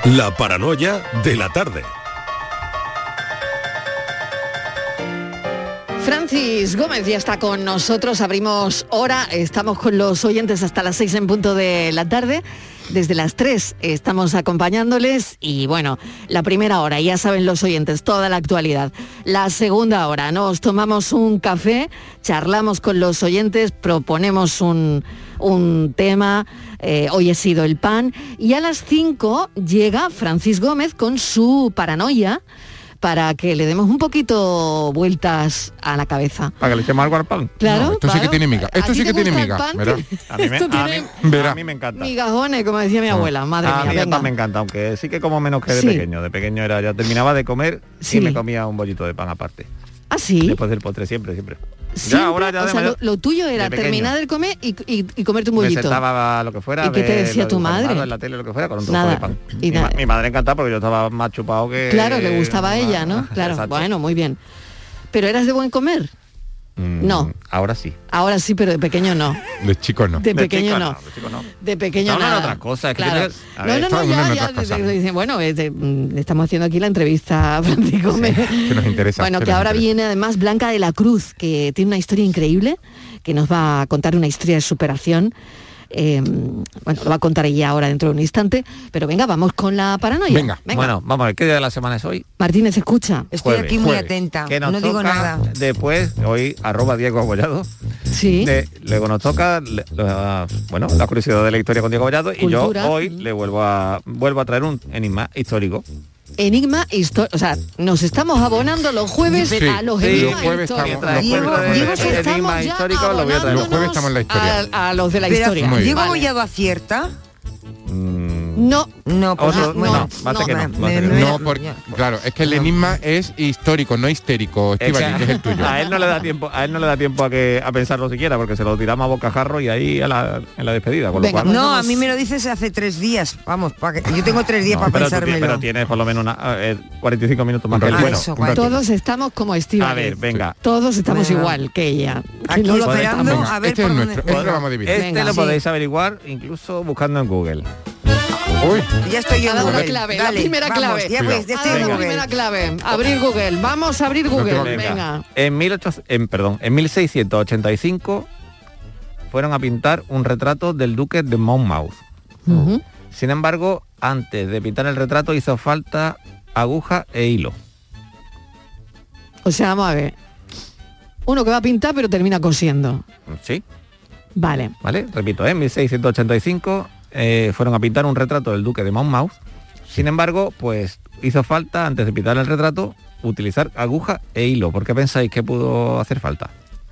La paranoia de la tarde. Francis Gómez ya está con nosotros, abrimos hora, estamos con los oyentes hasta las 6 en punto de la tarde. Desde las 3 estamos acompañándoles y bueno, la primera hora, ya saben los oyentes, toda la actualidad. La segunda hora, nos tomamos un café, charlamos con los oyentes, proponemos un tema, hoy ha sido el pan, y a las 5 llega Francis Gómez con su paranoia, para que le demos un poquito vueltas a la cabeza. Para que le echemos algo al pan. Claro, no, esto sí que tiene miga. Esto sí que tiene miga. A mí me encanta. Migajones, como decía mi abuela, madre mía. A mí el venga. pan me encanta, aunque sí que como menos que de pequeño. De pequeño era, ya terminaba de comer y me comía un bollito de pan aparte. ¿Ah, sí? Después del postre, siempre. ¿Siempre? Ya, ahora ya o sea, lo tuyo era terminar de comer y comerte un bollito. Me sentaba lo que fuera. ¿Y qué te decía tu madre? En la tele, lo que fuera, con un trozo de pan. Y mi madre encantaba porque yo estaba más chupado que... Claro, le gustaba a ella, ¿no? Claro, exacto. Bueno, muy bien. ¿Pero eras de buen comer? No. Ahora sí. Ahora sí, pero de pequeño no. De chico no. De pequeño no. De chico no. De pequeño no. No, otras cosas. Claro. Ya. Bueno, estamos haciendo aquí la entrevista a Francis Gómez. Que nos interesa. Bueno, que ahora viene además Blanca de la Cruz, que tiene una historia increíble, que nos va a contar una historia de superación. Bueno, lo va a contar ella ahora dentro de un instante, pero venga, vamos con la paranoia. Venga. Bueno, vamos a ver, ¿qué día de la semana es hoy? Martínez, escucha. Estoy Jueves. aquí muy atenta, no digo nada. Después, hoy, @Diego Abollado. Sí. Luego nos toca, la curiosidad de la historia con Diego Abollado. Y yo hoy le vuelvo a traer un enigma histórico. Enigma histórico, o sea, nos estamos abonando los jueves a los enigmas históricos. Enigma histórico lo voy a traer. Los jueves estamos en la historia. A los de la historia. ¿Diego Abollado acierta? No, porque claro, es que el enigma es histórico, no histérico, Estíbaliz, que es el tuyo. A él no le da tiempo a pensarlo siquiera, porque se lo tiramos a bocajarro y ahí en la despedida. Con lo cual, no, a mí me lo dices hace 3 días. Vamos, yo tengo 3 días para pensármelo. Pero tienes por lo menos 45 minutos más que el bueno. Todos estamos como Estíbaliz. A ver, venga. Todos estamos igual que ella. Aquí no lo esperando a ver este por es dónde. nuestro, lo vamos a dividir. Este lo podéis averiguar incluso buscando en Google. Uy. Ya estoy yo. La clave, la primera clave. Ya pues, estoy en la Google. primera clave. Abrir Google. Vamos a abrir Google. Venga. En 1685 fueron a pintar un retrato del duque de Monmouth. Sin embargo, antes de pintar el retrato hizo falta aguja e hilo. O sea, vamos a ver. Uno que va a pintar pero termina cosiendo. Sí. Vale. Repito, en 1685 fueron a pintar un retrato del duque de Monmouth. Sin embargo, pues hizo falta, antes de pintar el retrato, utilizar aguja e hilo. ¿Por qué pensáis que pudo hacer falta?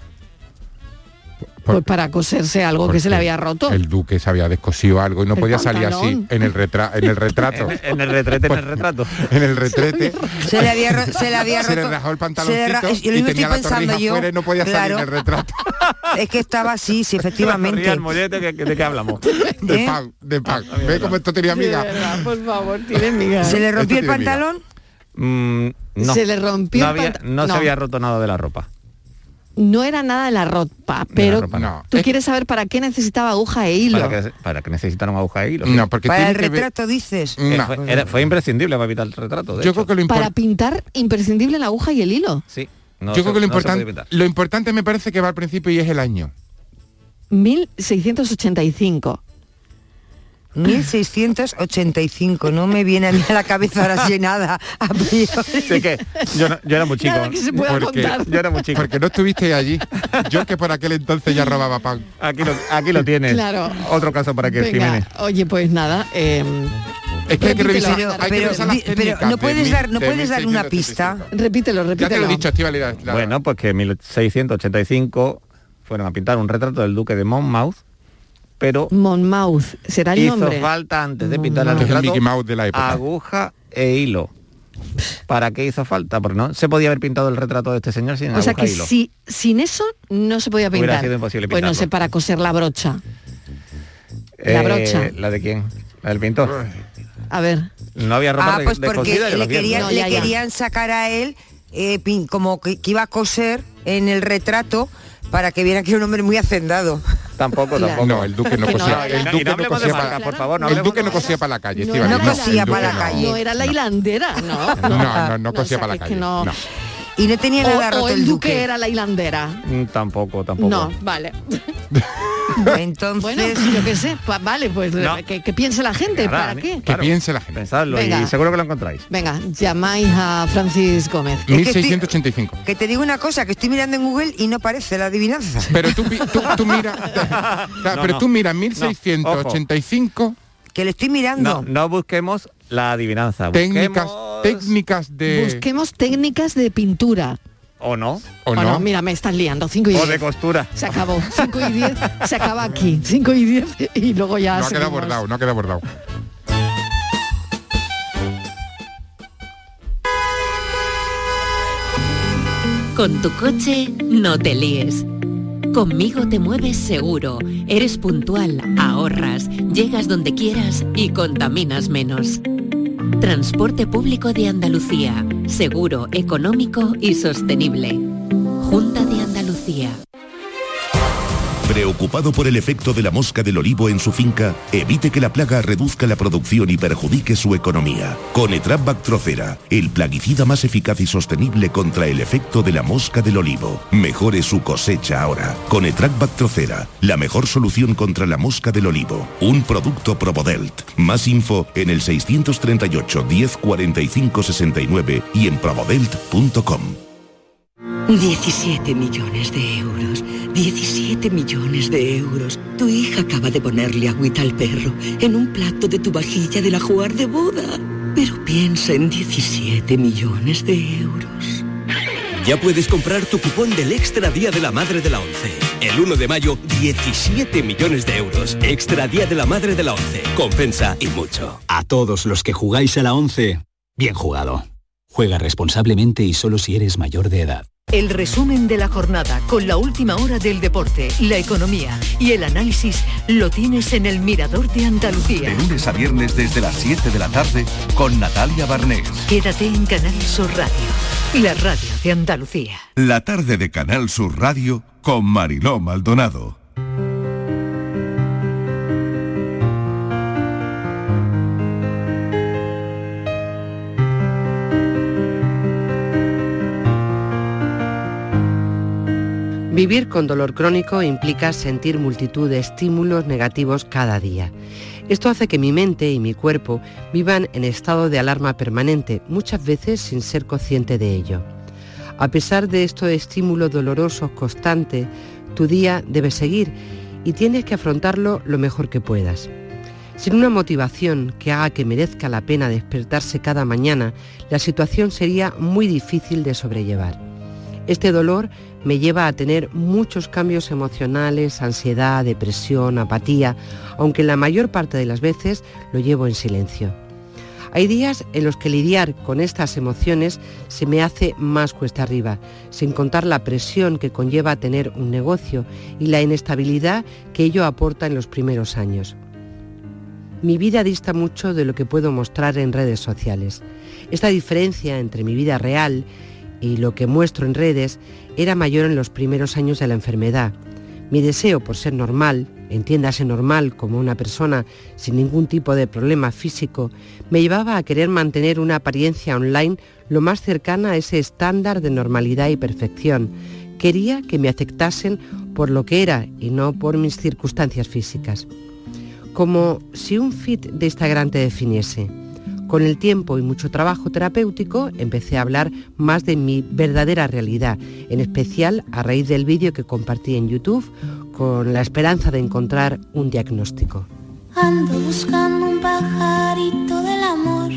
Pues para coserse algo que se le había roto. El duque se había descosido algo y no podía salir así en el retrato. en el retrete. En el retrete. Se le había roto. Se le rajó el pantaloncito y tenía la torrija afuera y no podía salir en el retrato. Es que estaba así, sí, efectivamente. El mollete, ¿de qué hablamos? De pan. ¿Ve cómo esto tenía miga? Por favor, tiene miga. ¿Se le rompió el pantalón? No. Se le rompió el pantalón. No se había roto nada de la ropa. No era nada de la ropa, pero tú quieres saber para qué necesitaba aguja e hilo. ¿Para qué necesitaron aguja e hilo? No, porque para el retrato dices. Fue imprescindible para pintar el retrato. Yo creo que para pintar imprescindible la aguja y el hilo. Sí. Yo creo que lo importante me parece que va al principio y es el año. 1685. 1685, no me viene a mí a la cabeza ahora así nada. A priori. Sí, que yo era muy chico. Nada que se pueda contar. Yo era muy chico. Porque no estuviste allí. Yo que por aquel entonces ya robaba pan. Aquí lo tienes. Claro. Otro caso para que Jiménez. Oye, pues nada. Es que hay que revisar. Pero no puedes dar una pista. Repítelo. Ya te lo he dicho, Estíbaliz. Bueno, pues que en 1685 fueron a pintar un retrato del duque de Monmouth. Pero Monmouth, ¿será el nombre? Hizo falta antes de pintar el retrato Mickey Mouse de la época. Aguja e hilo. ¿Para qué hizo falta? Porque no se podía haber pintado el retrato de este señor sin aguja e hilo. O sea que sin eso no se podía pintar. Hubiera sido imposible pintarlo. Pues no sé, para coser la brocha. La brocha. ¿La de quién? ¿La del pintor? A ver. No había ropa pues de porque cosida. le querían sacar a él como que iba a coser en el retrato para que viera que era un hombre muy hacendado. Tampoco. No, el duque no Que no, cosía. era- El duque Y no no hablemos de cosía marcas, para... por favor, no El hablemos duque no de cosía marcas. para la calle, No Estíbaliz. era cosía el para duque la calle. No era la hilandera, no. No cosía o sea, para la es que calle. no. No. Y no tenía nada O roto el duque era la hilandera. Tampoco. No, vale. Entonces, Bueno, yo qué sé, vale, pues No. que piense la gente, Nada, ¿para qué? Que piense la gente. Pensadlo Venga. y seguro que lo encontráis. Venga, llamáis a Francis Gómez. que 1685. que te digo una cosa, que estoy mirando en Google y no parece la adivinanza. Pero tú mira, No, pero no. tú mira 1685 Que lo estoy mirando. No busquemos la adivinanza. técnicas Busquemos- de Busquemos técnicas de pintura. ¿O no? o no, no. mira, me estás liando. 5 y O 10. de costura. Se acabó. 5 y 10. Se acaba aquí. 5 y 10 y luego ya No ha quedado seguimos. bordado. Con tu coche no te líes. Conmigo te mueves seguro, eres puntual, ahorras, llegas donde quieras y contaminas menos. Transporte público de Andalucía, seguro, económico y sostenible. Junta de Andalucía. Preocupado por el efecto de la mosca del olivo en su finca, evite que la plaga reduzca la producción y perjudique su economía. Conetrap Bactrocera, el plaguicida más eficaz y sostenible contra el efecto de la mosca del olivo. Mejore su cosecha ahora. Conetrap Bactrocera, la mejor solución contra la mosca del olivo. Un producto Probodelt. Más info en el 638 10 45 69 y en probodelt.com. 17 millones de euros. 17 millones de euros. Tu hija acaba de ponerle agüita al perro en un plato de tu vajilla del ajuar de boda. Pero piensa en 17 millones de euros. Ya puedes comprar tu cupón del Extra Día de la Madre de la ONCE. El 1 de mayo, 17 millones de euros. Extra Día de la Madre de la ONCE. Compensa y mucho. A todos los que jugáis a la 11, bien jugado. Juega responsablemente y solo si eres mayor de edad. El resumen de la jornada con la última hora del deporte, la economía y el análisis lo tienes en El Mirador de Andalucía. De lunes a viernes desde las 7 de la tarde con Natalia Barnés. Quédate en Canal Sur Radio, la radio de Andalucía. La tarde de Canal Sur Radio con Mariló Maldonado. Vivir con dolor crónico implica sentir multitud de estímulos negativos cada día. Esto hace que mi mente y mi cuerpo vivan en estado de alarma permanente, muchas veces sin ser consciente de ello. A pesar de estos estímulos dolorosos constantes, tu día debe seguir y tienes que afrontarlo lo mejor que puedas. Sin una motivación que haga que merezca la pena despertarse cada mañana, la situación sería muy difícil de sobrellevar. Este dolor me lleva a tener muchos cambios emocionales, ansiedad, depresión, apatía, aunque la mayor parte de las veces lo llevo en silencio. Hay días en los que lidiar con estas emociones se me hace más cuesta arriba, sin contar la presión que conlleva tener un negocio y la inestabilidad que ello aporta en los primeros años. Mi vida dista mucho de lo que puedo mostrar en redes sociales. Esta diferencia entre mi vida real y lo que muestro en redes era mayor en los primeros años de la enfermedad. Mi deseo por ser normal, entiéndase normal como una persona sin ningún tipo de problema físico, me llevaba a querer mantener una apariencia online lo más cercana a ese estándar de normalidad y perfección. Quería que me aceptasen por lo que era y no por mis circunstancias físicas. Como si un feed de Instagram te definiese. Con el tiempo y mucho trabajo terapéutico empecé a hablar más de mi verdadera realidad, en especial a raíz del vídeo que compartí en YouTube con la esperanza de encontrar un diagnóstico. Ando buscando un pajarito del amor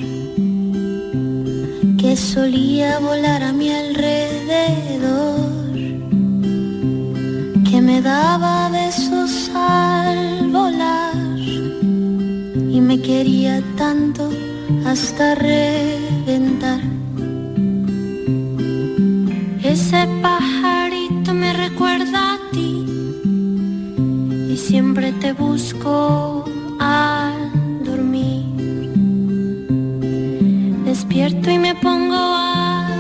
que solía volar a mi alrededor, que me daba besos al volar y me quería tanto hasta reventar. Ese pajarito me recuerda a ti y siempre te busco al dormir. Despierto y me pongo a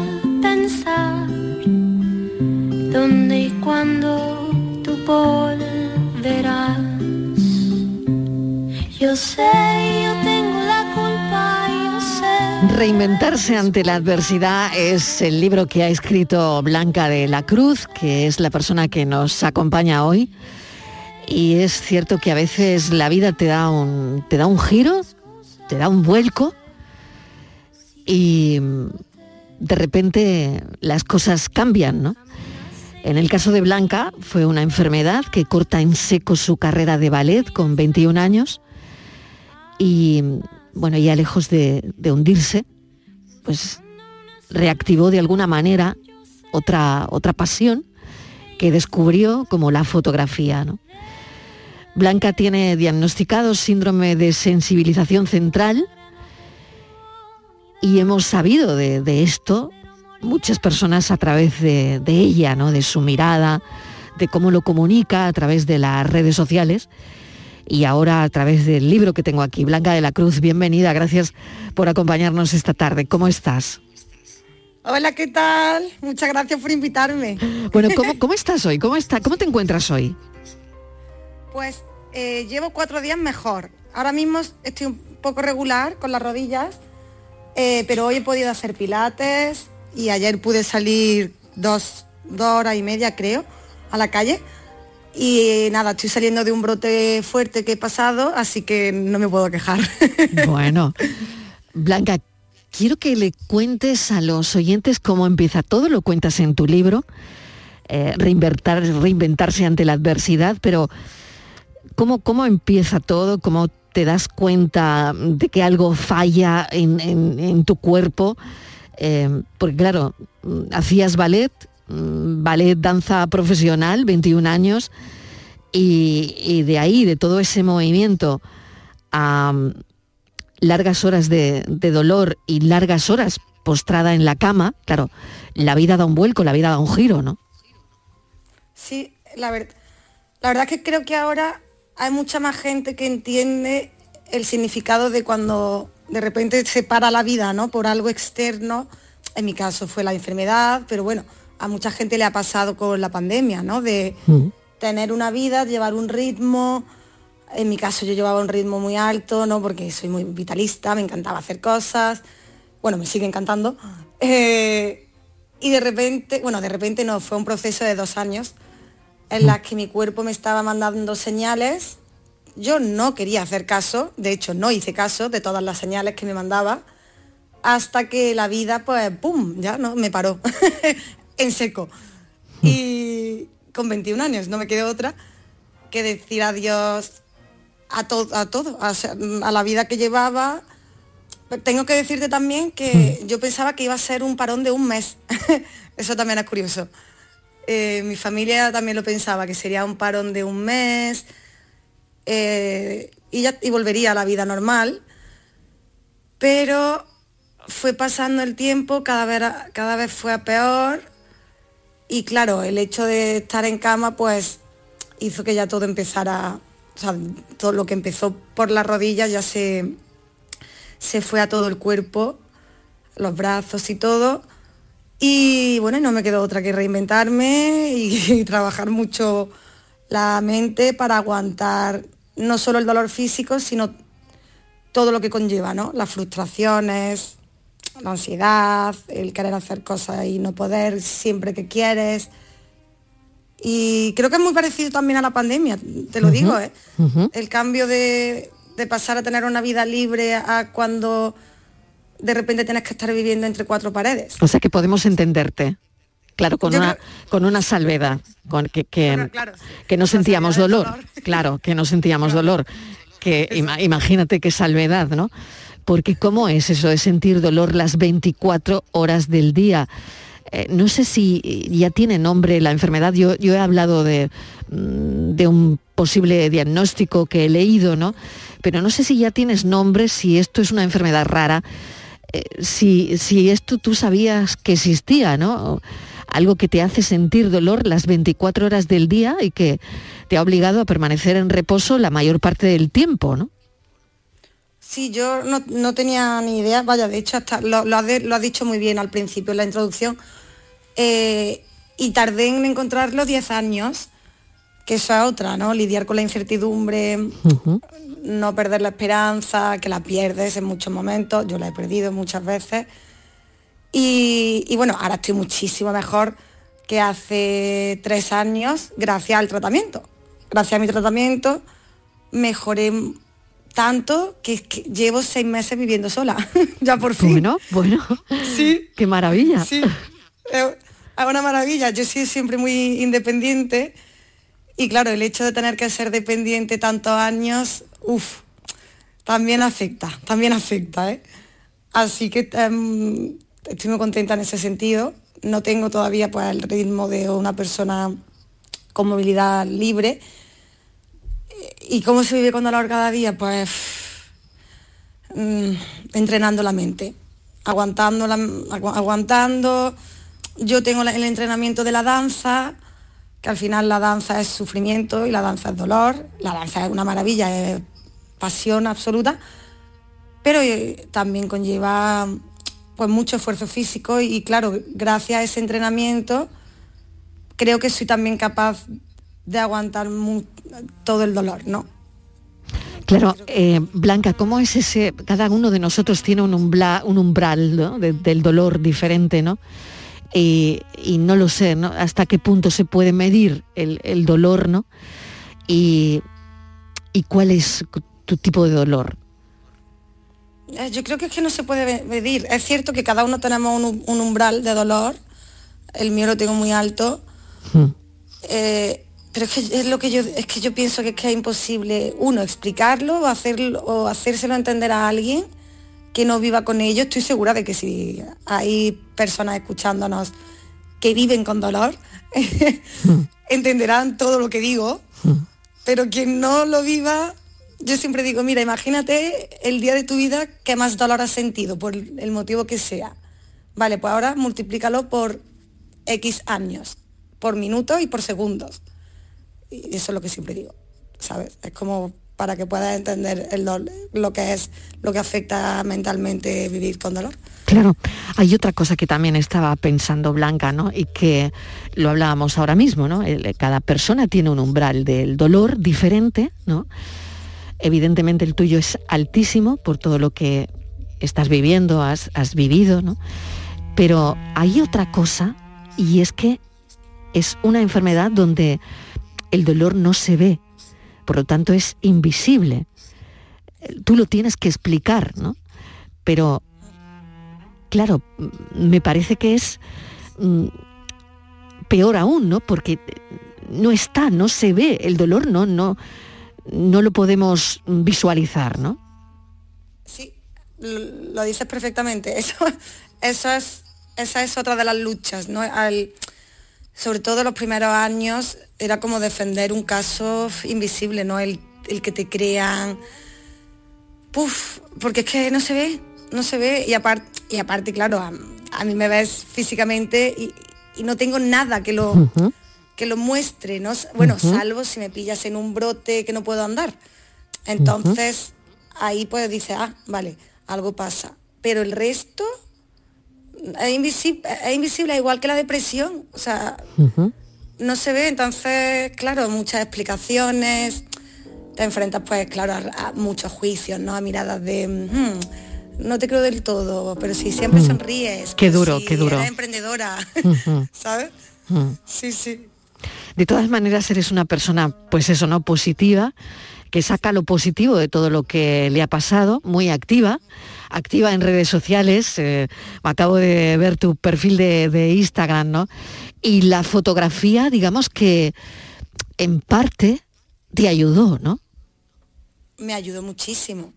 pensar dónde y cuándo tú volverás. entenderás. Yo sé, yo tengo la culpa, yo sé. Reinventarse ante la adversidad es el libro que ha escrito Blanca de la Cruz, que es la persona que nos acompaña hoy. Y es cierto que a veces la vida te da un giro, te da un vuelco y de repente las cosas cambian, ¿no? En el caso de Blanca fue una enfermedad que corta en seco su carrera de ballet con 21 años y, bueno, ya lejos de hundirse, pues reactivó de alguna manera otra pasión que descubrió, como la fotografía, ¿no? Blanca tiene diagnosticado síndrome de sensibilización central y hemos sabido de esto muchas personas a través de ella, ¿no? De su mirada, de cómo lo comunica a través de las redes sociales y ahora a través del libro que tengo aquí. Blanca de la Cruz, bienvenida, gracias por acompañarnos esta tarde. ¿Cómo estás? Hola, ¿qué tal? Muchas gracias por invitarme. Bueno, ¿cómo estás hoy? ¿Cómo te encuentras hoy? Pues llevo 4 días mejor. Ahora mismo estoy un poco regular con las rodillas, pero hoy he podido hacer pilates y ayer pude salir 2 horas y media, creo, a la calle. Y nada, estoy saliendo de un brote fuerte que he pasado, así que no me puedo quejar. Bueno, Blanca, quiero que le cuentes a los oyentes cómo empieza todo, lo cuentas en tu libro, reinventarse ante la adversidad, pero ¿cómo empieza todo? ¿Cómo te das cuenta de que algo falla en tu cuerpo? Porque claro, hacías ballet, danza profesional, 21 años, y de ahí, de todo ese movimiento a largas horas de dolor y largas horas postrada en la cama, claro, la vida da un vuelco, la vida da un giro, ¿no? Sí, la verdad es que creo que ahora hay mucha más gente que entiende el significado de cuando de repente se para la vida, ¿no? Por algo externo. En mi caso fue la enfermedad, pero bueno, a mucha gente le ha pasado con la pandemia, ¿no? De tener una vida, llevar un ritmo. En mi caso yo llevaba un ritmo muy alto, ¿no? Porque soy muy vitalista, me encantaba hacer cosas. Bueno, me sigue encantando. Y de repente no, fue un proceso de 2 años en las que mi cuerpo me estaba mandando señales. Yo no quería hacer caso, de hecho no hice caso de todas las señales que me mandaba, hasta que la vida, pues, ¡pum!, ya no me paró en seco. Y con 21 años no me quedó otra que decir adiós a todo, a la vida que llevaba. Tengo que decirte también que yo pensaba que iba a ser un parón de 1 mes. Eso también es curioso. Mi familia también lo pensaba, que sería un parón de 1 mes y volvería a la vida normal. Pero fue pasando el tiempo, cada vez fue a peor. Y claro, el hecho de estar en cama pues hizo que ya todo empezara, o sea, todo lo que empezó por las rodillas ya se fue a todo el cuerpo, los brazos y todo. Y bueno, no me quedó otra que reinventarme y trabajar mucho la mente para aguantar no solo el dolor físico, sino todo lo que conlleva, ¿no? Las frustraciones, la ansiedad, el querer hacer cosas y no poder siempre que quieres. Y creo que es muy parecido también a la pandemia, te lo digo, ¿eh? El cambio de pasar a tener una vida libre a cuando de repente tienes que estar viviendo entre 4 paredes. O sea que podemos entenderte. Claro, con una salvedad, que no sentíamos dolor. Claro, que no sentíamos dolor. Que imagínate qué salvedad, ¿no? Porque ¿cómo es eso de sentir dolor las 24 horas del día? No sé si ya tiene nombre la enfermedad. Yo he hablado de un posible diagnóstico que he leído, ¿no? Pero no sé si ya tienes nombre, si esto es una enfermedad rara, si esto tú sabías que existía, ¿no? Algo que te hace sentir dolor las 24 horas del día y que te ha obligado a permanecer en reposo la mayor parte del tiempo, ¿no? Sí, yo no tenía ni idea, vaya, de hecho hasta lo has dicho muy bien al principio en la introducción, y tardé en encontrarlo 10 años, que eso es otra, ¿no? Lidiar con la incertidumbre, no perder la esperanza, que la pierdes en muchos momentos, yo la he perdido muchas veces. Y bueno, ahora estoy muchísimo mejor que hace 3 años gracias al tratamiento. Gracias a mi tratamiento mejoré tanto que llevo 6 meses viviendo sola, ya por fin. Bueno, sí, qué maravilla. Sí, es una maravilla. Yo soy siempre muy independiente y claro, el hecho de tener que ser dependiente tantos años, también afecta, ¿eh? Así que estoy muy contenta en ese sentido. No tengo todavía pues el ritmo de una persona con movilidad libre. ¿Y cómo se vive con dolor cada día? Pues entrenando la mente, aguantando. Yo tengo el entrenamiento de la danza, que al final la danza es sufrimiento y la danza es dolor. La danza es una maravilla, es pasión absoluta, pero también conlleva pues mucho esfuerzo físico y claro, gracias a ese entrenamiento creo que soy también capaz de aguantar todo el dolor, ¿no? Claro, Blanca, ¿cómo es ese? Cada uno de nosotros tiene un umbral, ¿no? del dolor diferente, ¿no? Y no lo sé, ¿no? Hasta qué punto se puede medir el dolor, ¿no? Y cuál es tu tipo de dolor. Yo creo que es que no se puede medir. Es cierto que cada uno tenemos un umbral de dolor. El mío lo tengo muy alto. Pero es que yo pienso que es imposible, uno, explicarlo o hacérselo entender a alguien que no viva con ello. Estoy segura de que si hay personas escuchándonos que viven con dolor, entenderán todo lo que digo, pero quien no lo viva, yo siempre digo, mira, imagínate el día de tu vida que más dolor has sentido, por el motivo que sea. Vale, pues ahora multiplícalo por X años, por minutos y por segundos. Y eso es lo que siempre digo, ¿sabes? Es como para que puedas entender lo que afecta mentalmente vivir con dolor. Claro, hay otra cosa que también estaba pensando, Blanca, ¿no? Y que lo hablábamos ahora mismo, ¿no? Cada persona tiene un umbral del dolor diferente, ¿no? Evidentemente el tuyo es altísimo por todo lo que estás viviendo, has vivido, ¿no? Pero hay otra cosa, y es que es una enfermedad donde el dolor no se ve, por lo tanto es invisible. Tú lo tienes que explicar, ¿no? Pero, claro, me parece que es peor aún, ¿no? Porque no se ve, el dolor no lo podemos visualizar, ¿no? Sí, lo dices perfectamente. Esa es otra de las luchas, ¿no? Sobre todo los primeros años era como defender un caso invisible, ¿no? El que te crean. Porque es que no se ve. Y aparte, claro, a mí me ves físicamente y no tengo nada que lo muestre, ¿no? Bueno, salvo si me pillas en un brote que no puedo andar. Entonces, ahí pues dices, vale, algo pasa. Pero el resto es invisible, igual que la depresión. O sea, no se ve. Entonces, claro, muchas explicaciones. Te enfrentas, pues, claro, a muchos juicios, ¿no? A miradas de... no te creo del todo, pero si siempre sonríes. Qué duro, si qué duro. Eres emprendedora, ¿sabes? Sí. De todas maneras, eres una persona, pues eso, ¿no? Positiva, que saca lo positivo de todo lo que le ha pasado, muy activa en redes sociales. Acabo de ver tu perfil de Instagram, ¿no? Y la fotografía, digamos que en parte te ayudó, ¿no? Me ayudó muchísimo.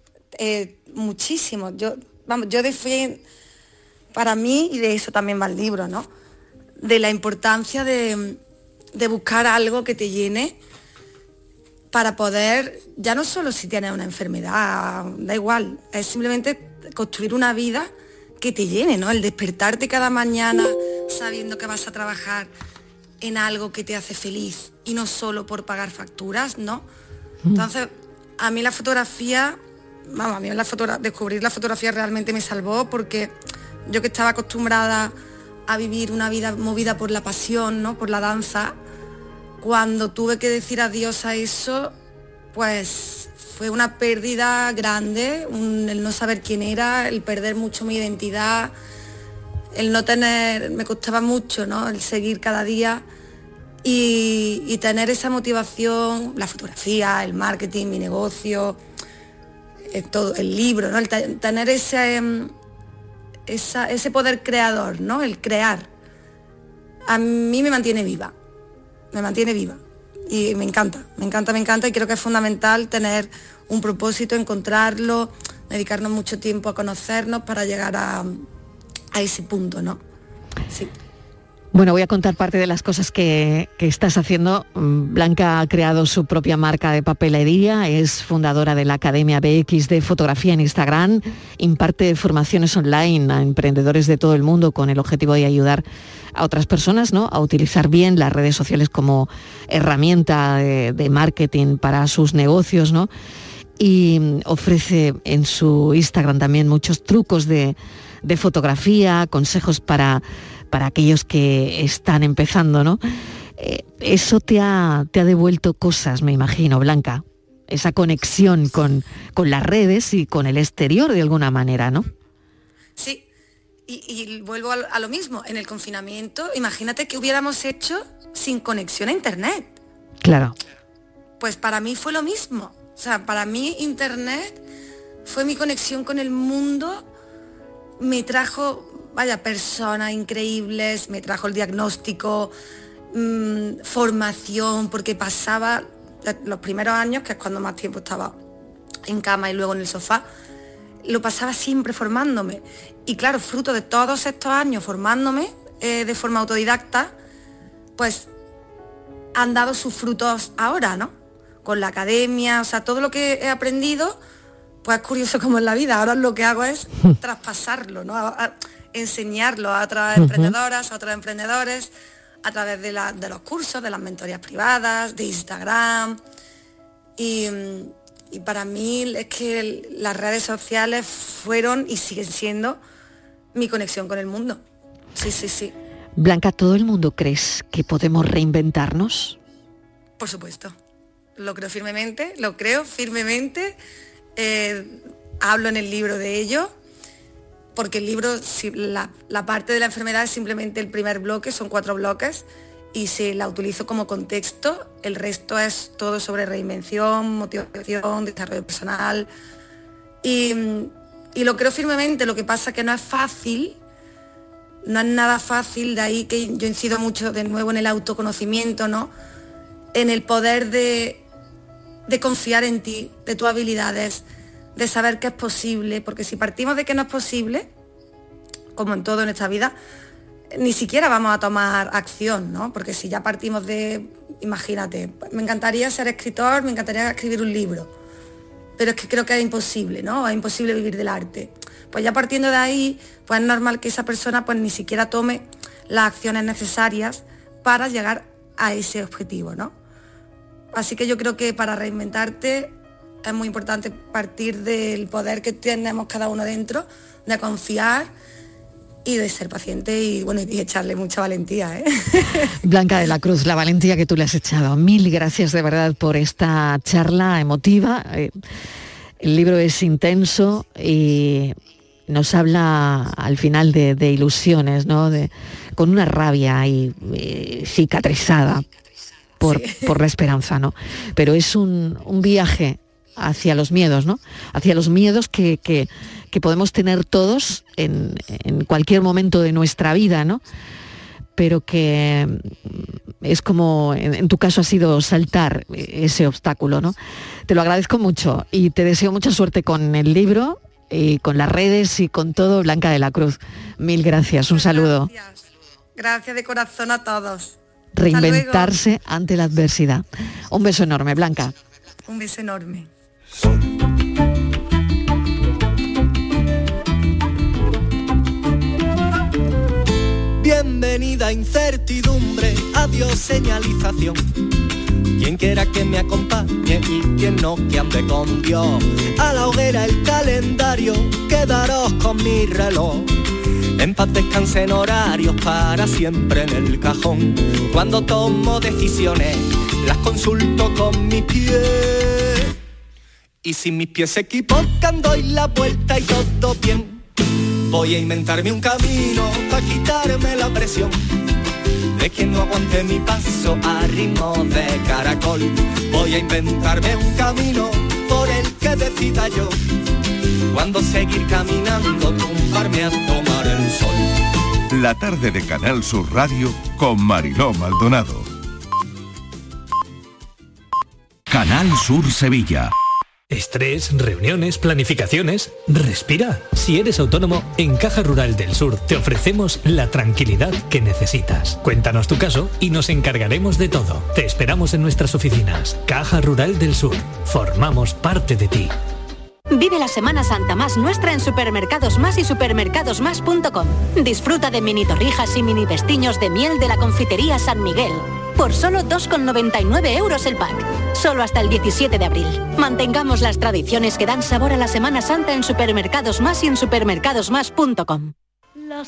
Muchísimo. Yo defino, para mí, y de eso también va el libro, ¿no? De la importancia de buscar algo que te llene para poder, ya no solo si tienes una enfermedad, da igual, es simplemente construir una vida que te llene, ¿no? El despertarte cada mañana sabiendo que vas a trabajar en algo que te hace feliz y no solo por pagar facturas, ¿no? Entonces, a mí la fotografía, descubrir la fotografía realmente me salvó, porque yo que estaba acostumbrada a vivir una vida movida por la pasión, ¿no? Por la danza, cuando tuve que decir adiós a eso, pues fue una pérdida grande, el no saber quién era, el perder mucho mi identidad, el no tener, me costaba mucho, ¿no? El seguir cada día y tener esa motivación, la fotografía, el marketing, mi negocio, todo, el libro, ¿no? El tener ese poder creador, ¿no? El crear, a mí me mantiene viva y me encanta y creo que es fundamental tener un propósito, encontrarlo, dedicarnos mucho tiempo a conocernos para llegar a ese punto, ¿no? Sí. Bueno, voy a contar parte de las cosas que estás haciendo. Blanca ha creado su propia marca de papelería, es fundadora de la Academia BX de Fotografía en Instagram, imparte formaciones online a emprendedores de todo el mundo con el objetivo de ayudar a otras personas, ¿no?, a utilizar bien las redes sociales como herramienta de marketing para sus negocios, ¿no? Y ofrece en su Instagram también muchos trucos de fotografía, consejos para aquellos que están empezando, ¿no? Eso te ha devuelto cosas, me imagino, Blanca. Esa conexión con las redes y con el exterior de alguna manera, ¿no? Sí, y vuelvo a lo mismo. En el confinamiento, imagínate que hubiéramos hecho sin conexión a internet. Claro. Pues para mí fue lo mismo. O sea, para mí internet fue mi conexión con el mundo, me trajo, personas increíbles, me trajo el diagnóstico, formación, porque pasaba los primeros años, que es cuando más tiempo estaba en cama y luego en el sofá, lo pasaba siempre formándome. Y claro, fruto de todos estos años formándome de forma autodidacta, pues han dado sus frutos ahora, ¿no? Con la academia, o sea, todo lo que he aprendido, pues es curioso como en la vida. Ahora lo que hago es traspasarlo, ¿no? A enseñarlo a otras emprendedoras, a otros emprendedores, a través de los cursos, de las mentorías privadas, de Instagram. Y para mí es que las redes sociales fueron y siguen siendo mi conexión con el mundo. Sí, sí, sí. Blanca, ¿todo el mundo crees que podemos reinventarnos? Por supuesto. Lo creo firmemente. Hablo en el libro de ello, porque el libro, la parte de la enfermedad es simplemente el primer bloque, son 4 bloques, y si la utilizo como contexto, el resto es todo sobre reinvención, motivación, desarrollo personal, y lo creo firmemente. Lo que pasa que no es fácil, no es nada fácil, de ahí que yo incido mucho de nuevo en el autoconocimiento, ¿no? En el poder de confiar en ti, de tus habilidades, de saber que es posible, porque si partimos de que no es posible, como en todo en esta vida, ni siquiera vamos a tomar acción, ¿no? Porque si ya partimos de, imagínate, me encantaría ser escritor, me encantaría escribir un libro, pero es que creo que es imposible, ¿no? Es imposible vivir del arte. Pues ya partiendo de ahí, pues es normal que esa persona pues ni siquiera tome las acciones necesarias para llegar a ese objetivo, ¿no? Así que yo creo que para reinventarte es muy importante partir del poder que tenemos cada uno dentro, de confiar y de ser paciente y echarle mucha valentía, ¿eh? Blanca de la Cruz, la valentía que tú le has echado. Mil gracias de verdad por esta charla emotiva. El libro es intenso y nos habla al final de ilusiones, ¿no? Con una rabia y cicatrizada por la esperanza, ¿no? Pero es un viaje hacia los miedos, ¿no? Hacia los miedos que podemos tener todos en cualquier momento de nuestra vida, ¿no? Pero que es como, en tu caso ha sido saltar ese obstáculo, ¿no? Te lo agradezco mucho y te deseo mucha suerte con el libro y con las redes y con todo, Blanca de la Cruz. Mil gracias, un saludo. Gracias de corazón a todos. Reinventarse ante la adversidad. Un beso enorme, Blanca. Un beso enorme. Bienvenida incertidumbre, adiós señalización. Quien quiera que me acompañe y quien no que ande con Dios. A la hoguera el calendario, quedaros con mi reloj. En paz descansen horarios para siempre en el cajón. Cuando tomo decisiones, las consulto con mis pies. Y si mis pies se equivocan, doy la vuelta y todo bien. Voy a inventarme un camino para quitarme la presión de quien no aguante mi paso a ritmo de caracol. Voy a inventarme un camino por el que decida yo cuando seguir caminando, tumbarme a tomar el sol. La tarde de Canal Sur Radio con Mariló Maldonado. Canal Sur Sevilla. Estrés, reuniones, planificaciones. Respira. Si eres autónomo, en Caja Rural del Sur te ofrecemos la tranquilidad que necesitas. Cuéntanos tu caso y nos encargaremos de todo. Te esperamos en nuestras oficinas. Caja Rural del Sur. Formamos parte de ti. Vive la Semana Santa más nuestra en Supermercados Más y supermercadosmás.com. Disfruta de mini torrijas y mini vestiños de miel de la confitería San Miguel. Por solo 2,99 € el pack. Solo hasta el 17 de abril. Mantengamos las tradiciones que dan sabor a la Semana Santa en Supermercados Más y en supermercadosmás.com. La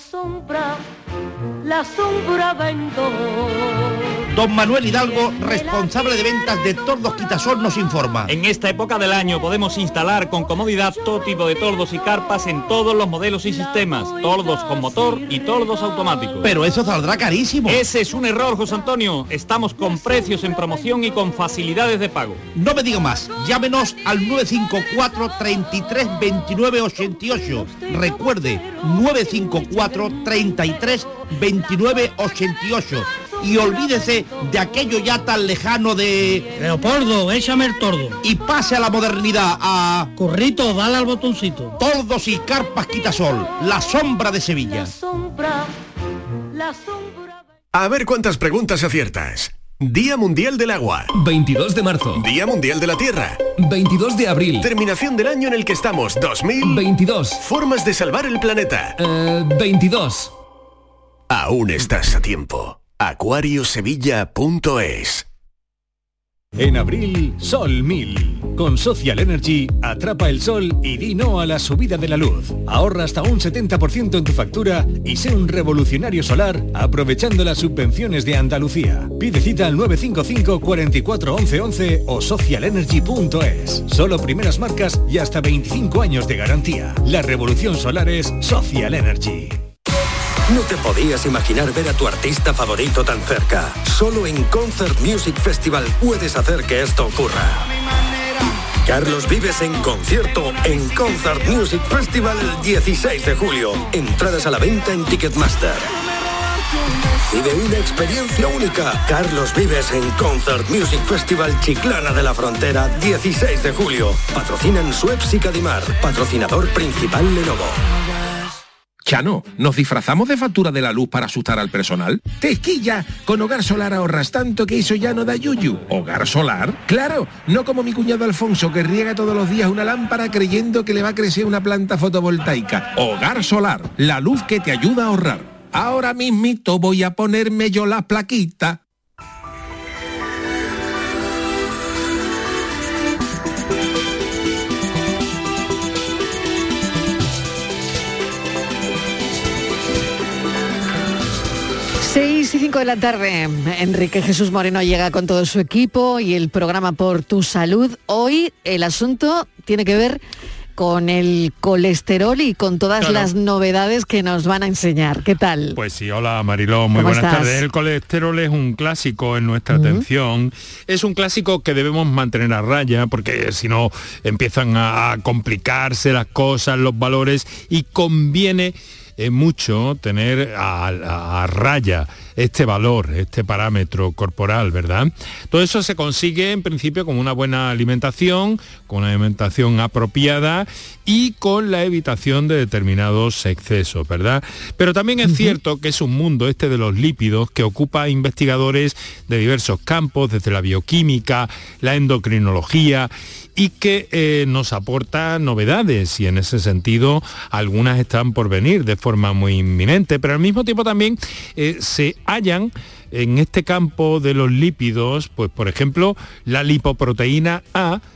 sombra vendo. Don Manuel Hidalgo, responsable de ventas de Tordos Quitasol, nos informa. En esta época del año podemos instalar con comodidad todo tipo de tordos y carpas en todos los modelos y sistemas, tordos con motor y tordos automáticos. Pero eso saldrá carísimo. Ese es un error, José Antonio. Estamos con precios en promoción y con facilidades de pago. No me diga más. Llámenos al 954 33 29 88. Recuerde, 954 33 29 88. Y olvídese de aquello ya tan lejano de... Leopoldo, échame el tordo. Y pase a la modernidad, a... Currito, dale al botoncito. Tordos y carpas Quitasol, la sombra de Sevilla. La sombra... A ver cuántas preguntas aciertas. Día Mundial del Agua. 22 de marzo. Día Mundial de la Tierra. 22 de abril. Terminación del año en el que estamos, 2022. Formas de salvar el planeta. 22. Aún estás a tiempo. acuariosevilla.es. En abril, Sol 1000. Con Social Energy, atrapa el sol y di no a la subida de la luz. Ahorra hasta un 70% en tu factura y sé un revolucionario solar aprovechando las subvenciones de Andalucía. Pide cita al 955 44 11 11 o socialenergy.es. Solo primeras marcas y hasta 25 años de garantía. La revolución solar es Social Energy. No te podías imaginar ver a tu artista favorito tan cerca. Solo en Concert Music Festival puedes hacer que esto ocurra. Carlos Vives en concierto en Concert Music Festival 16 de julio. Entradas a la venta en Ticketmaster. Vive una experiencia única. Carlos Vives en Concert Music Festival Chiclana de la Frontera 16 de julio. Patrocinan Suez y Cadimar. Patrocinador principal Lenovo. Chano, ¿nos disfrazamos de factura de la luz para asustar al personal? ¡Tequilla! Con Hogar Solar ahorras tanto que eso ya no da yuyu. ¿Hogar Solar? ¡Claro! No como mi cuñado Alfonso, que riega todos los días una lámpara creyendo que le va a crecer una planta fotovoltaica. Hogar Solar, la luz que te ayuda a ahorrar. Ahora mismito voy a ponerme yo la plaquita. Y 5 de la tarde, Enrique Jesús Moreno llega con todo su equipo y el programa Por tu Salud. Hoy el asunto tiene que ver con el colesterol y con todas las novedades que nos van a enseñar. ¿Qué tal? Pues sí, hola Mariló, muy buenas tardes. El colesterol es un clásico en nuestra atención. Es un clásico que debemos mantener a raya porque si no empiezan a complicarse las cosas, los valores, y conviene mucho tener a raya este valor, este parámetro corporal, ¿verdad? Todo eso se consigue en principio con una buena alimentación, con una alimentación apropiada y con la evitación de determinados excesos, ¿verdad? Pero también es cierto que es un mundo este de los lípidos que ocupa a investigadores de diversos campos, desde la bioquímica, la endocrinología, y que nos aporta novedades, y en ese sentido algunas están por venir de forma muy inminente, pero al mismo tiempo también se hallan en este campo de los lípidos, pues por ejemplo, la lipoproteína A,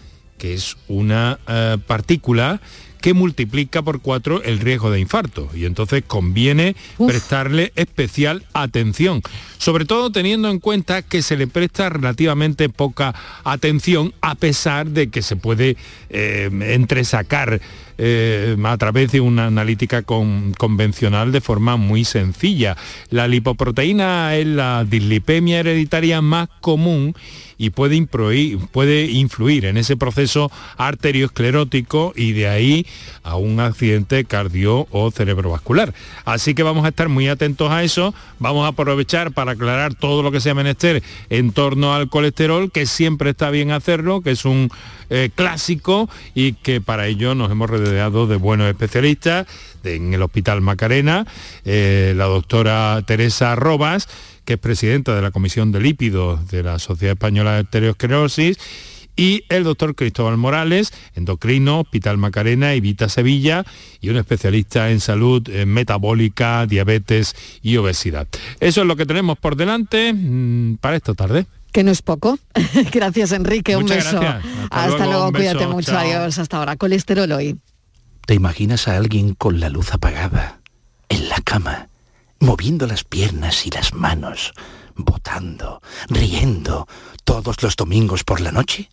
que es una partícula que multiplica por 4 el riesgo de infarto, y entonces conviene prestarle especial atención, sobre todo teniendo en cuenta que se le presta relativamente poca atención, a pesar de que se puede entresacar a través de una analítica convencional de forma muy sencilla. La lipoproteína es la dislipemia hereditaria más común y puede influir en ese proceso arteriosclerótico, y de ahí a un accidente cardio o cerebrovascular. Así que vamos a estar muy atentos a eso, vamos a aprovechar para aclarar todo lo que sea menester en torno al colesterol, que siempre está bien hacerlo, que es un clásico, y que para ello nos hemos rodeado de buenos especialistas en el Hospital Macarena, la doctora Teresa Robas, que es presidenta de la Comisión de Lípidos de la Sociedad Española de Arteriosclerosis, y el doctor Cristóbal Morales, endocrino, Hospital Macarena y Vita Sevilla, y un especialista en salud metabólica, diabetes y obesidad. Eso es lo que tenemos por delante para esta tarde. Que no es poco. Gracias, Enrique. Muchas un beso. Gracias. Hasta luego, un beso. Cuídate mucho. Chao. Adiós. Hasta ahora. Colesterol hoy. ¿Te imaginas a alguien con la luz apagada, en la cama, moviendo las piernas y las manos, botando, riendo, todos los domingos por la noche?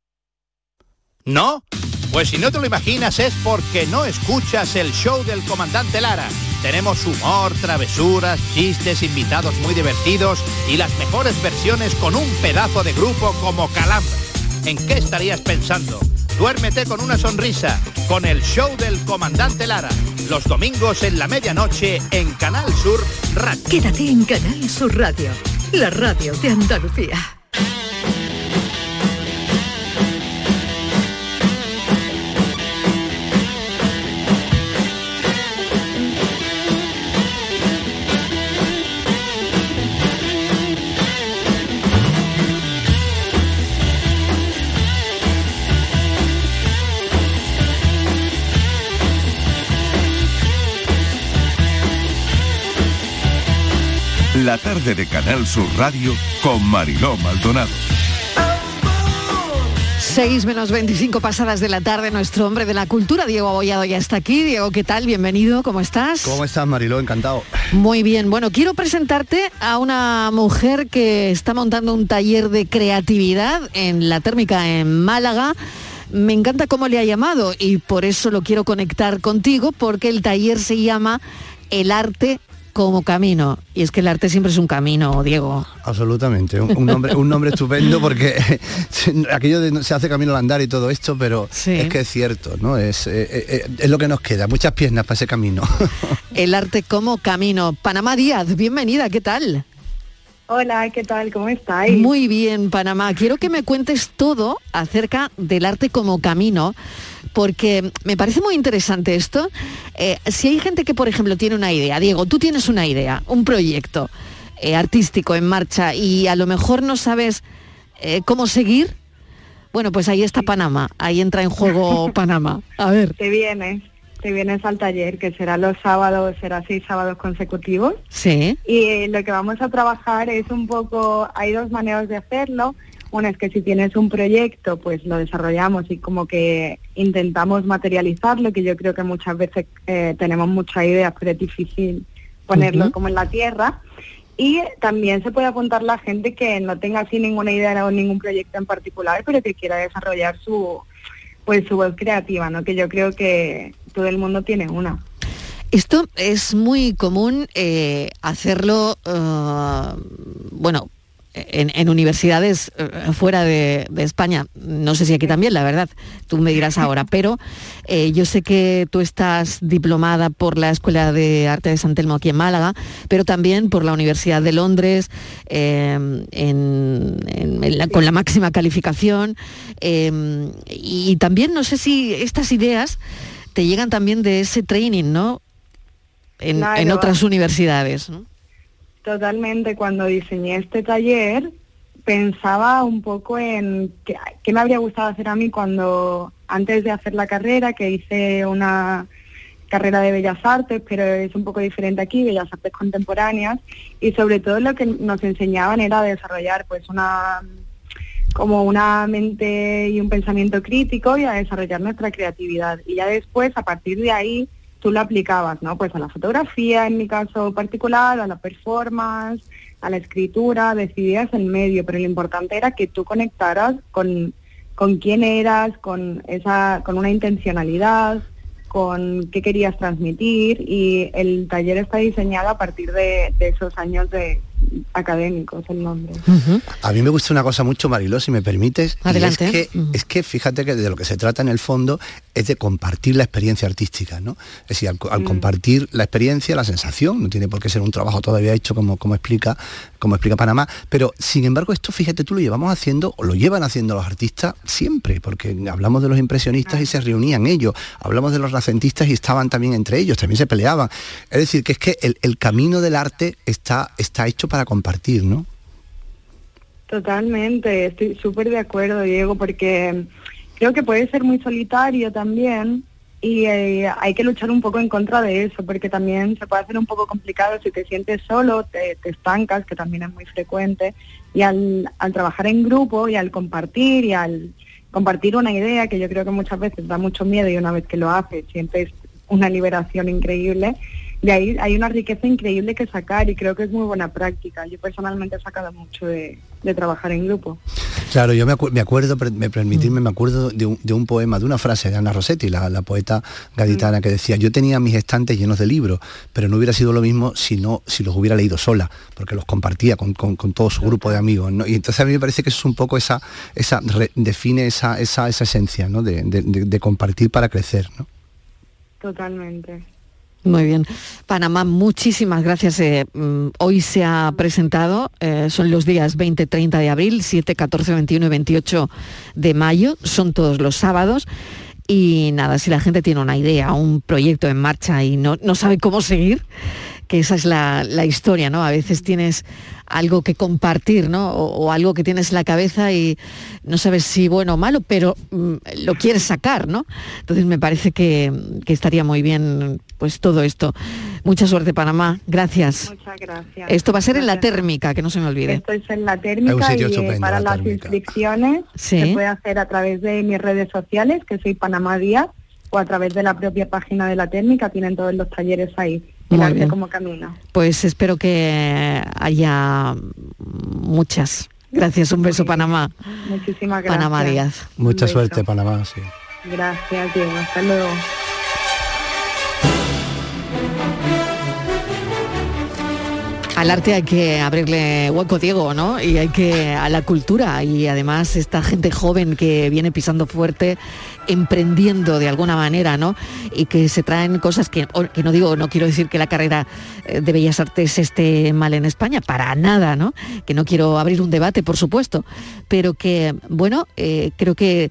¿No? Pues si no te lo imaginas es porque no escuchas el show del Comandante Lara. Tenemos humor, travesuras, chistes, invitados muy divertidos y las mejores versiones con un pedazo de grupo como Calambre. ¿En qué estarías pensando? Duérmete con una sonrisa, con el show del Comandante Lara. Los domingos en la medianoche en Canal Sur Radio. Quédate en Canal Sur Radio, la radio de Andalucía. La tarde de Canal Sur Radio con Mariló Maldonado. 6 menos 25 pasadas de la tarde, nuestro hombre de la cultura, Diego Abollado, ya está aquí. Diego, ¿qué tal? Bienvenido, ¿cómo estás? ¿Cómo estás, Mariló? Encantado. Muy bien, bueno, quiero presentarte a una mujer que está montando un taller de creatividad en la Térmica en Málaga. Me encanta cómo le ha llamado y por eso lo quiero conectar contigo, porque el taller se llama El Arte como Camino. Y es que el arte siempre es un camino, Diego. Absolutamente, un nombre estupendo, porque aquello de se hace camino al andar y todo esto, pero sí, es que es cierto, ¿no? Es lo que nos queda, muchas piernas para ese camino. El arte como camino. Panamá Díaz, bienvenida, ¿qué tal? Hola, ¿qué tal? ¿Cómo estáis? Muy bien, Panamá. Quiero que me cuentes todo acerca del arte como camino, porque me parece muy interesante esto. Si hay gente que, por ejemplo, tiene una idea, Diego, tú tienes una idea, un proyecto artístico en marcha y a lo mejor no sabes cómo seguir, bueno, pues ahí está Panamá, ahí entra en juego Panamá. A ver. Te vienes al taller, que será los sábados, será 6 sábados consecutivos. Sí. Y lo que vamos a trabajar es un poco, hay 2 maneras de hacerlo. Una es que si tienes un proyecto, pues lo desarrollamos y como que intentamos materializarlo, que yo creo que muchas veces tenemos muchas ideas, pero es difícil ponerlo como en la tierra. Y también se puede apuntar la gente que no tenga así ninguna idea o ningún proyecto en particular, pero que quiera desarrollar su voz creativa, ¿no? Que yo creo que todo el mundo tiene una. Esto es muy común hacerlo, bueno, en universidades fuera de España, no sé si aquí también, la verdad, tú me dirás ahora, pero yo sé que tú estás diplomada por la Escuela de Arte de San Telmo aquí en Málaga, pero también por la Universidad de Londres, con la máxima calificación, y también no sé si estas ideas te llegan también de ese training, ¿no? En otras universidades, ¿no? Totalmente, cuando diseñé este taller pensaba un poco en qué me habría gustado hacer a mí antes de hacer la carrera, que hice una carrera de Bellas Artes, pero es un poco diferente aquí, Bellas Artes Contemporáneas, y sobre todo lo que nos enseñaban era desarrollar pues como una mente y un pensamiento crítico y a desarrollar nuestra creatividad. Y ya después, a partir de ahí, tú lo aplicabas, ¿no? Pues a la fotografía, en mi caso particular, a la performance, a la escritura, decidías el medio, pero lo importante era que tú conectaras con quién eras, con una intencionalidad, con qué querías transmitir, y el taller está diseñado a partir de esos años académicos, el nombre. A mí me gusta una cosa mucho, Mariló, si me permites. Adelante. Es que fíjate que de lo que se trata en el fondo es de compartir la experiencia artística, ¿no? Es decir, al compartir la experiencia, la sensación, no tiene por qué ser un trabajo todavía hecho como explica Panamá, pero sin embargo esto, fíjate tú, lo llevamos haciendo, o lo llevan haciendo los artistas siempre, porque hablamos de los impresionistas y se reunían ellos, hablamos de los renacentistas y estaban también entre ellos, también se peleaban. Es decir, que es que el camino del arte está hecho para compartir, ¿no? Totalmente, estoy súper de acuerdo, Diego, porque creo que puede ser muy solitario también y hay que luchar un poco en contra de eso, porque también se puede hacer un poco complicado si te sientes solo, te estancas, que también es muy frecuente, y al trabajar en grupo y al compartir una idea, que yo creo que muchas veces da mucho miedo, y una vez que lo haces sientes una liberación increíble. De ahí hay una riqueza increíble que sacar, y creo que es muy buena práctica. Yo personalmente he sacado mucho de trabajar en grupo. Claro, yo me acuerdo de un poema, de una frase de Ana Rossetti, la poeta gaditana, que decía: yo tenía mis estantes llenos de libros, pero no hubiera sido lo mismo si los hubiera leído sola, porque los compartía con todo su grupo de amigos, ¿no? Y entonces a mí me parece que eso es un poco define esa esencia, ¿no? de compartir para crecer, ¿no? Totalmente. Muy bien. Panamá, muchísimas gracias. Hoy se ha presentado, son los días 20, 30 de abril, 7, 14, 21 y 28 de mayo, son todos los sábados. Y nada, si la gente tiene una idea, un proyecto en marcha y no sabe cómo seguir, que esa es la historia, ¿no? A veces tienes algo que compartir, ¿no? O algo que tienes en la cabeza y no sabes si bueno o malo, pero lo quieres sacar, ¿no? Entonces me parece que estaría muy bien, pues, todo esto. Mucha suerte, Panamá. Gracias. Muchas gracias. Esto va a ser en La Térmica, que no se me olvide. Esto es en La Térmica y para las inscripciones se puede hacer a través de mis redes sociales, que soy Panamá Díaz, o a través de la propia página de La Térmica, tienen todos los talleres ahí. El arte como camino. Pues espero que haya muchas. Gracias, un beso, Panamá. Muchísimas gracias. Panamá Díaz. Mucha suerte, Panamá, sí. Gracias, Diego. Hasta luego. Al arte hay que abrirle hueco, Diego, ¿no? Y hay que a la cultura, y además esta gente joven que viene pisando fuerte, emprendiendo de alguna manera, ¿no? Y que se traen cosas que no quiero decir que la carrera de Bellas Artes esté mal en España, para nada, ¿no? Que no quiero abrir un debate, por supuesto, pero que, bueno, creo que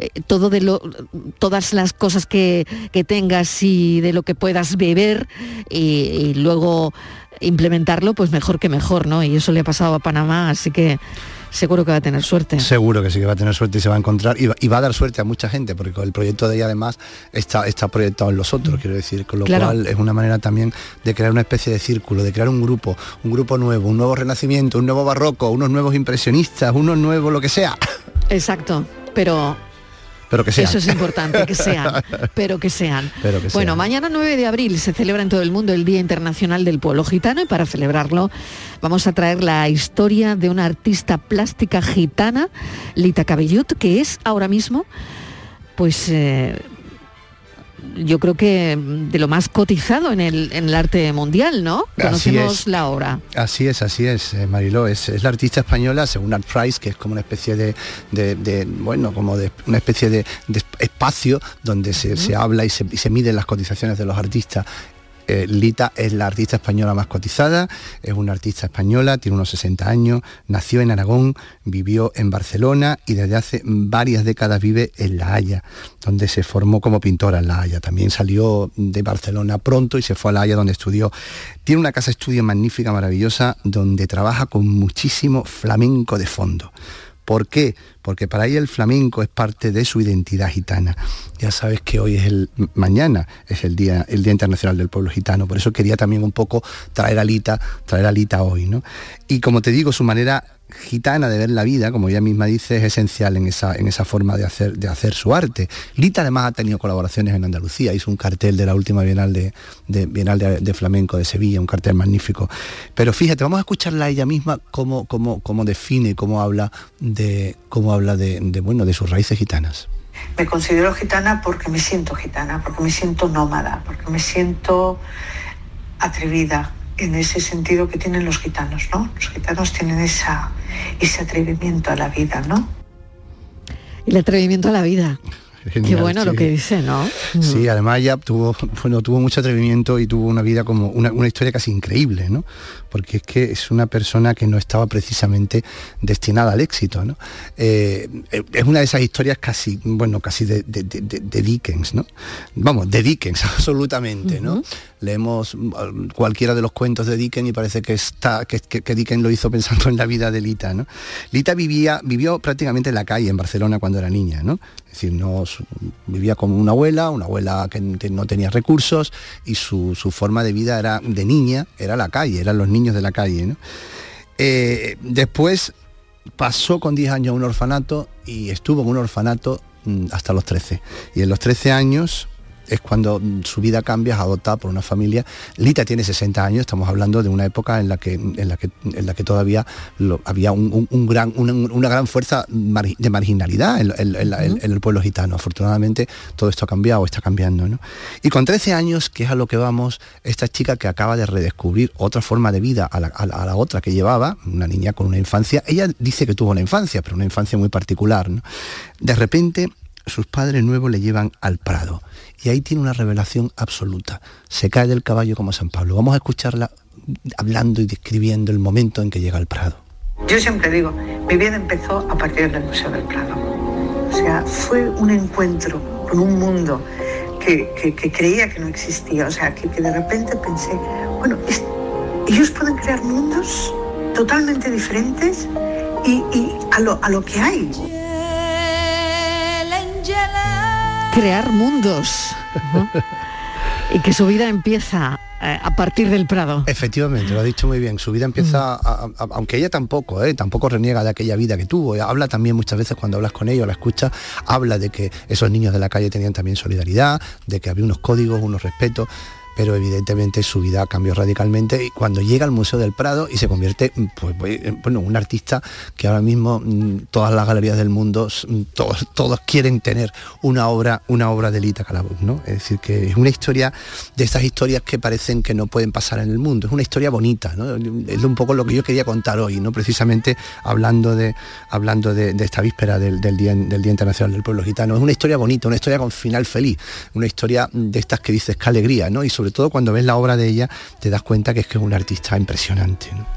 todas las cosas que tengas y de lo que puedas beber y luego implementarlo, pues mejor que mejor, ¿no? Y eso le ha pasado a Panamá, así que seguro que va a tener suerte. Seguro que sí que va a tener suerte y se va a encontrar y va a dar suerte a mucha gente, porque el proyecto de ella además está proyectado en los otros, quiero decir, con lo cual es una manera también de crear una especie de círculo, de crear un grupo nuevo, un nuevo renacimiento, un nuevo barroco, unos nuevos impresionistas, unos nuevos lo que sea. Exacto, pero que sean. Eso es importante, que sean, pero que sean. Bueno, mañana 9 de abril se celebra en todo el mundo el Día Internacional del Pueblo Gitano, y para celebrarlo vamos a traer la historia de una artista plástica gitana, Lita Cabellut, que es ahora mismo, pues yo creo que de lo más cotizado en el arte mundial, ¿no? Conocemos la obra. Así es, Mariló. Es la artista española, según Art Price, que es como una especie de una especie de espacio donde se habla y se miden las cotizaciones de los artistas. Lita es la artista española más cotizada, es una artista española, tiene unos 60 años, nació en Aragón, vivió en Barcelona y desde hace varias décadas vive en La Haya, donde se formó como pintora en La Haya. También salió de Barcelona pronto y se fue a La Haya, donde estudió. Tiene una casa estudio magnífica, maravillosa, donde trabaja con muchísimo flamenco de fondo. ¿Por qué? Porque para ella el flamenco es parte de su identidad gitana. Ya sabes que hoy mañana es el Día Internacional del Pueblo Gitano, por eso quería también un poco traer a Lita hoy, ¿no? Y como te digo, su manera gitana de ver la vida, como ella misma dice, es esencial en esa forma de hacer su arte. Lita además ha tenido colaboraciones en Andalucía, hizo un cartel de la última Bienal de Flamenco de Sevilla, un cartel magnífico. Pero fíjate, vamos a escucharla a ella misma cómo define, cómo habla de sus raíces gitanas. Me considero gitana porque me siento gitana, porque me siento nómada, porque me siento atrevida, en ese sentido que tienen los gitanos, ¿no? Los gitanos tienen ese atrevimiento a la vida, ¿no? El atrevimiento a la vida. Genial, qué bueno, sí. Lo que dice, ¿no? Sí, además ella tuvo mucho atrevimiento y tuvo una vida como una historia casi increíble, ¿no? Porque es que es una persona que no estaba precisamente destinada al éxito, ¿no? Es una de esas historias casi de Dickens, ¿no? Vamos, de Dickens, absolutamente, ¿no? Leemos cualquiera de los cuentos de Dickens y parece que Dickens lo hizo pensando en la vida de Lita, ¿no? Lita vivió prácticamente en la calle en Barcelona cuando era niña, ¿no? Es decir, vivía como una abuela que no tenía recursos, y su forma de vida de niña era la calle, eran los niños de la calle, ¿no? Después pasó con 10 años a un orfanato y estuvo en un orfanato hasta los 13. Y en los 13 años es cuando su vida cambia, es adoptada por una familia. Lita tiene 60 años, estamos hablando de una época en la que todavía había una gran fuerza de marginalidad en el pueblo gitano. Afortunadamente todo esto ha cambiado, está cambiando, ¿no? Y con 13 años, que es a lo que vamos, esta chica que acaba de redescubrir otra forma de vida a la otra que llevaba, una niña con una infancia, ella dice que tuvo una infancia, pero una infancia muy particular, ¿no? De repente sus padres nuevos le llevan al Prado y ahí tiene una revelación absoluta. Se cae del caballo como San Pablo. Vamos a escucharla hablando y describiendo el momento en que llega al Prado. Yo siempre digo, mi vida empezó a partir del Museo del Prado. O sea, fue un encuentro con un mundo que creía que no existía. O sea, que de repente pensé, bueno, ellos pueden crear mundos totalmente diferentes y a lo que hay. Crear mundos, ¿no? Y que su vida empieza a partir del Prado. Efectivamente, lo ha dicho muy bien. Su vida empieza, aunque ella tampoco reniega de aquella vida que tuvo. Habla también muchas veces, cuando hablas con ella, la escuchas, habla de que esos niños de la calle tenían también solidaridad, de que había unos códigos, unos respetos, pero evidentemente su vida cambió radicalmente y cuando llega al Museo del Prado y se convierte en un artista que ahora mismo todas las galerías del mundo, todos quieren tener una obra de Lita Calabuig, ¿no? Es decir, que es una historia de estas historias que parecen que no pueden pasar en el mundo. Es una historia bonita, ¿no? Es un poco lo que yo quería contar hoy, ¿no? Precisamente hablando de esta víspera del Día Internacional del Pueblo Gitano. Es una historia bonita, una historia con final feliz, una historia de estas que dices, qué alegría, ¿no? Y sobre todo cuando ves la obra de ella te das cuenta que es una artista impresionante, ¿no?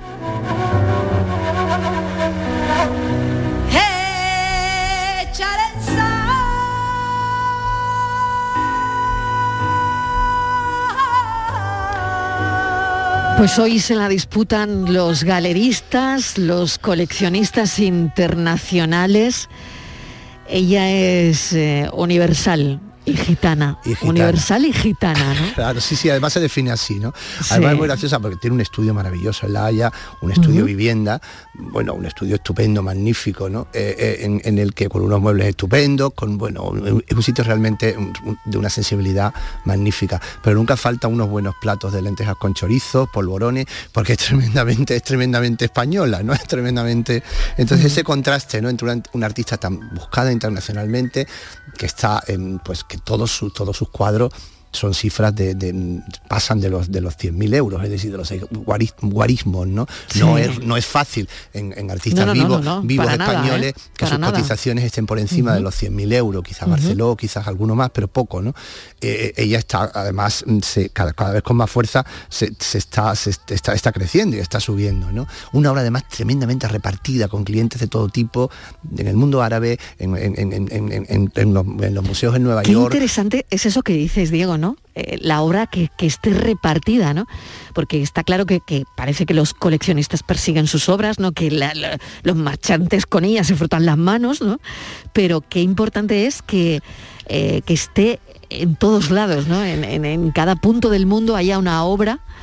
Pues hoy se la disputan los galeristas, los coleccionistas internacionales. Ella es universal. Y gitana, universal y gitana, ¿no? Claro, sí, además se define así, ¿no? Además es muy graciosa porque tiene un estudio maravilloso en La Haya, un estudio vivienda, un estudio estupendo, magnífico, ¿no? En el que con unos muebles estupendos, es un sitio realmente de una sensibilidad magnífica, pero nunca falta unos buenos platos de lentejas con chorizos, polvorones, porque es tremendamente española, ¿no? Es tremendamente... Entonces ese contraste, ¿no? Entre una artista tan buscada internacionalmente, que está que todos sus cuadros son cifras pasan de los 100.000 euros, es decir, de los guarismos, ¿no? Sí. No es fácil en artistas vivos españoles que sus cotizaciones estén por encima de los 100.000 euros, quizás Barceló, quizás alguno más, pero poco, ¿no? Ella está, además, cada vez con más fuerza, se está creciendo y está subiendo, ¿no? Una obra además tremendamente repartida, con clientes de todo tipo, en el mundo árabe, en los museos en Nueva York. Qué interesante es eso que dices, Diego, ¿no? La obra que esté repartida, ¿no? Porque está claro que parece que los coleccionistas persiguen sus obras, ¿no? Que los marchantes con ellas se frotan las manos, ¿no? Pero qué importante es que esté en todos lados, ¿no? En cada punto del mundo haya una obra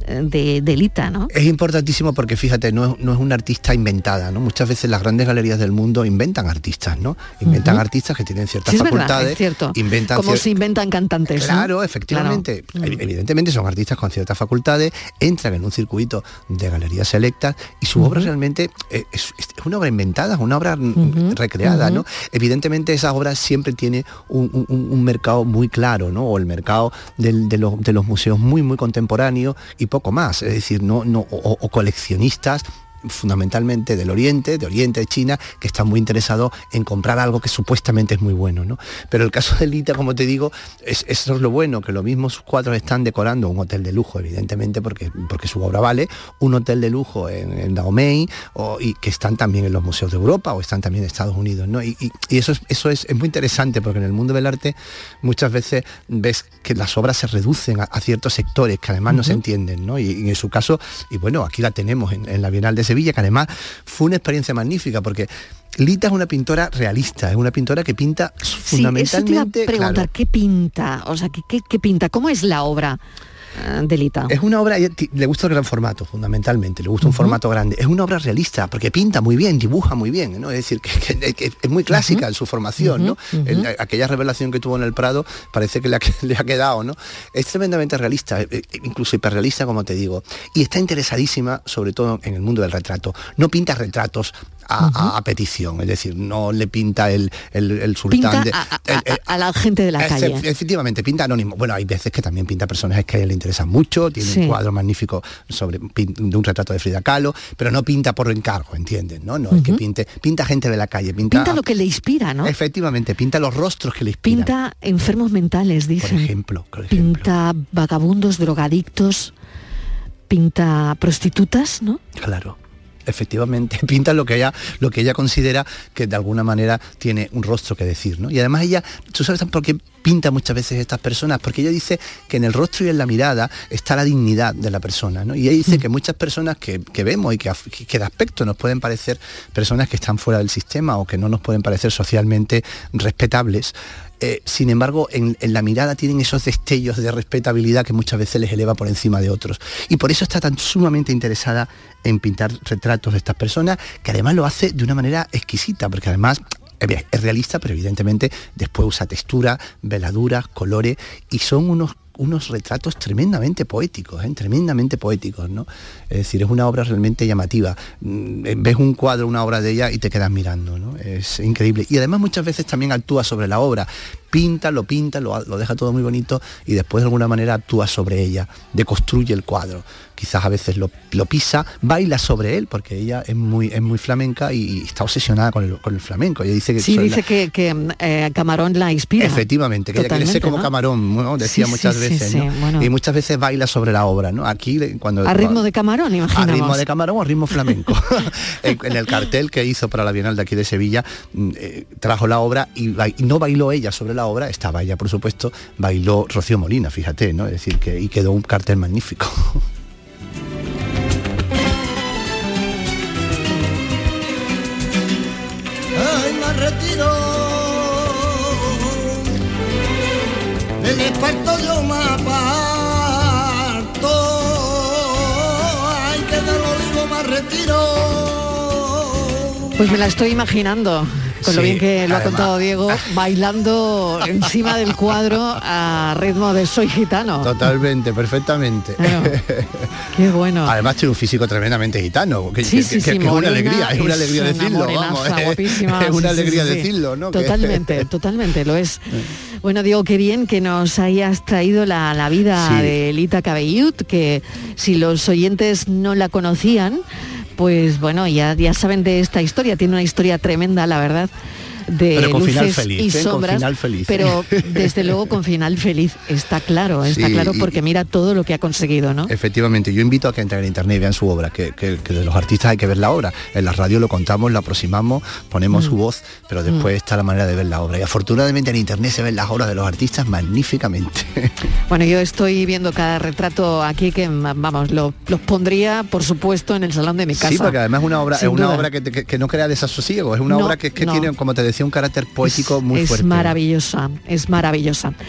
de Lita, ¿no? Es importantísimo porque, fíjate, no es una artista inventada, ¿no? Muchas veces las grandes galerías del mundo inventan artistas, ¿no? Inventan artistas que tienen ciertas facultades. Verdad, es cierto. Como se inventan cantantes, claro, ¿no? Efectivamente. Claro. Evidentemente son artistas con ciertas facultades, entran en un circuito de galerías selectas y su obra realmente es una obra inventada, es una obra recreada, ¿no? Evidentemente esa obra siempre tiene un mercado muy claro, ¿no? O el mercado de los museos muy contemporáneos y poco más, es decir, o coleccionistas fundamentalmente de Oriente, de China, que están muy interesados en comprar algo que supuestamente es muy bueno, ¿no? Pero el caso de Lita, como te digo, eso es lo bueno, que lo mismo sus cuadros están decorando un hotel de lujo, evidentemente, porque su obra vale, un hotel de lujo en Dahomey, y que están también en los museos de Europa o están también en Estados Unidos, ¿no? Y eso es muy interesante, porque en el mundo del arte muchas veces ves que las obras se reducen a ciertos sectores que además no se entienden, ¿no? Y en su caso, y bueno, aquí la tenemos en la Bienal de Sevilla, que además fue una experiencia magnífica, porque Lita es una pintora realista, es una pintora que pinta fundamentalmente... Eso te iba a preguntar, claro. ¿Qué pinta? O sea, ¿qué pinta? ¿Cómo es la obra de Lita? Es una obra, le gusta el gran formato, fundamentalmente, le gusta un formato grande. Es una obra realista, porque pinta muy bien, dibuja muy bien, ¿no? Es decir, que es muy clásica en su formación, ¿no? Aquella revelación que tuvo en el Prado parece que le ha quedado, ¿no? Es tremendamente realista, incluso hiperrealista, como te digo. Y está interesadísima, sobre todo en el mundo del retrato. No pinta retratos a petición, es decir, no le pinta el sultán a la gente de la calle. Efectivamente, pinta anónimo. Bueno, hay veces que también pinta personajes que a él le interesan mucho, tiene un cuadro magnífico de un retrato de Frida Kahlo, pero no pinta por encargo, ¿entiendes? No es que pinta gente de la calle, pinta lo que le inspira, ¿no? Efectivamente, pinta los rostros que le inspiran. Pinta enfermos mentales, dicen. Por ejemplo. Pinta vagabundos, drogadictos, pinta prostitutas, ¿no? Claro. Efectivamente, pinta lo que ella considera que de alguna manera tiene un rostro que decir, ¿no? Y además ella, ¿tú sabes por qué pinta muchas veces estas personas? Porque ella dice que en el rostro y en la mirada está la dignidad de la persona, ¿no? Y ella dice que muchas personas que vemos y que de aspecto nos pueden parecer personas que están fuera del sistema o que no nos pueden parecer socialmente respetables, sin embargo, en la mirada tienen esos destellos de respetabilidad que muchas veces les eleva por encima de otros. Y por eso está tan sumamente interesada en pintar retratos de estas personas, que además lo hace de una manera exquisita, porque además es realista, pero evidentemente después usa textura, veladuras, colores, y son unos retratos tremendamente poéticos, ¿no? Es decir, es una obra realmente llamativa. Ves un cuadro, una obra de ella y te quedas mirando, ¿no? Es increíble. Y además muchas veces también actúa sobre la obra. Lo deja todo muy bonito y después de alguna manera actúa sobre ella, deconstruye el cuadro. Quizás a veces lo pisa, baila sobre él, porque ella es muy flamenca y está obsesionada con el flamenco. Ella dice que Camarón la inspira. Efectivamente, que ella quiere ser como Camarón, ¿no? Decía muchas veces, ¿no? Bueno. Y muchas veces baila sobre la obra, ¿no? Aquí a ritmo de Camarón, imaginamos. A ritmo de Camarón o a ritmo flamenco. En el cartel que hizo para la Bienal de aquí de Sevilla, trajo la obra y no bailó ella sobre la obra, estaba ella, por supuesto, bailó Rocío Molina, fíjate, ¿no? Es decir, y quedó un cartel magnífico. Ay, me retiro del esparto, yo me aparto. Ay, que del olivo me retiro. Pues me la estoy imaginando, con lo bien que lo ha contado Diego, bailando encima del cuadro a ritmo de Soy Gitano. Totalmente, perfectamente. Claro. Qué bueno. Además tiene un físico tremendamente gitano, que es una alegría, decirlo, vamos. Guapísima, es una alegría decirlo, ¿no? Totalmente, lo es. Bueno, Diego, qué bien que nos hayas traído la vida de Lita Cabellut, que si los oyentes no la conocían, pues bueno, ya saben de esta historia. Tiene una historia tremenda, la verdad, de pero con luces final feliz, y sombras, con final feliz, pero desde luego con final feliz, está claro, porque mira todo lo que ha conseguido, ¿no? Efectivamente, yo invito a que entren en internet y vean su obra, que de los artistas hay que ver la obra. En la radio lo contamos, lo aproximamos, ponemos su voz, pero después está la manera de ver la obra. Y afortunadamente en internet se ven las obras de los artistas magníficamente. Bueno, yo estoy viendo cada retrato aquí que, vamos, los pondría, por supuesto, en el salón de mi casa. Sí, porque además es una obra que no crea desasosiego, es una obra que tiene, como te decía, un carácter poético muy fuerte. Es maravillosa.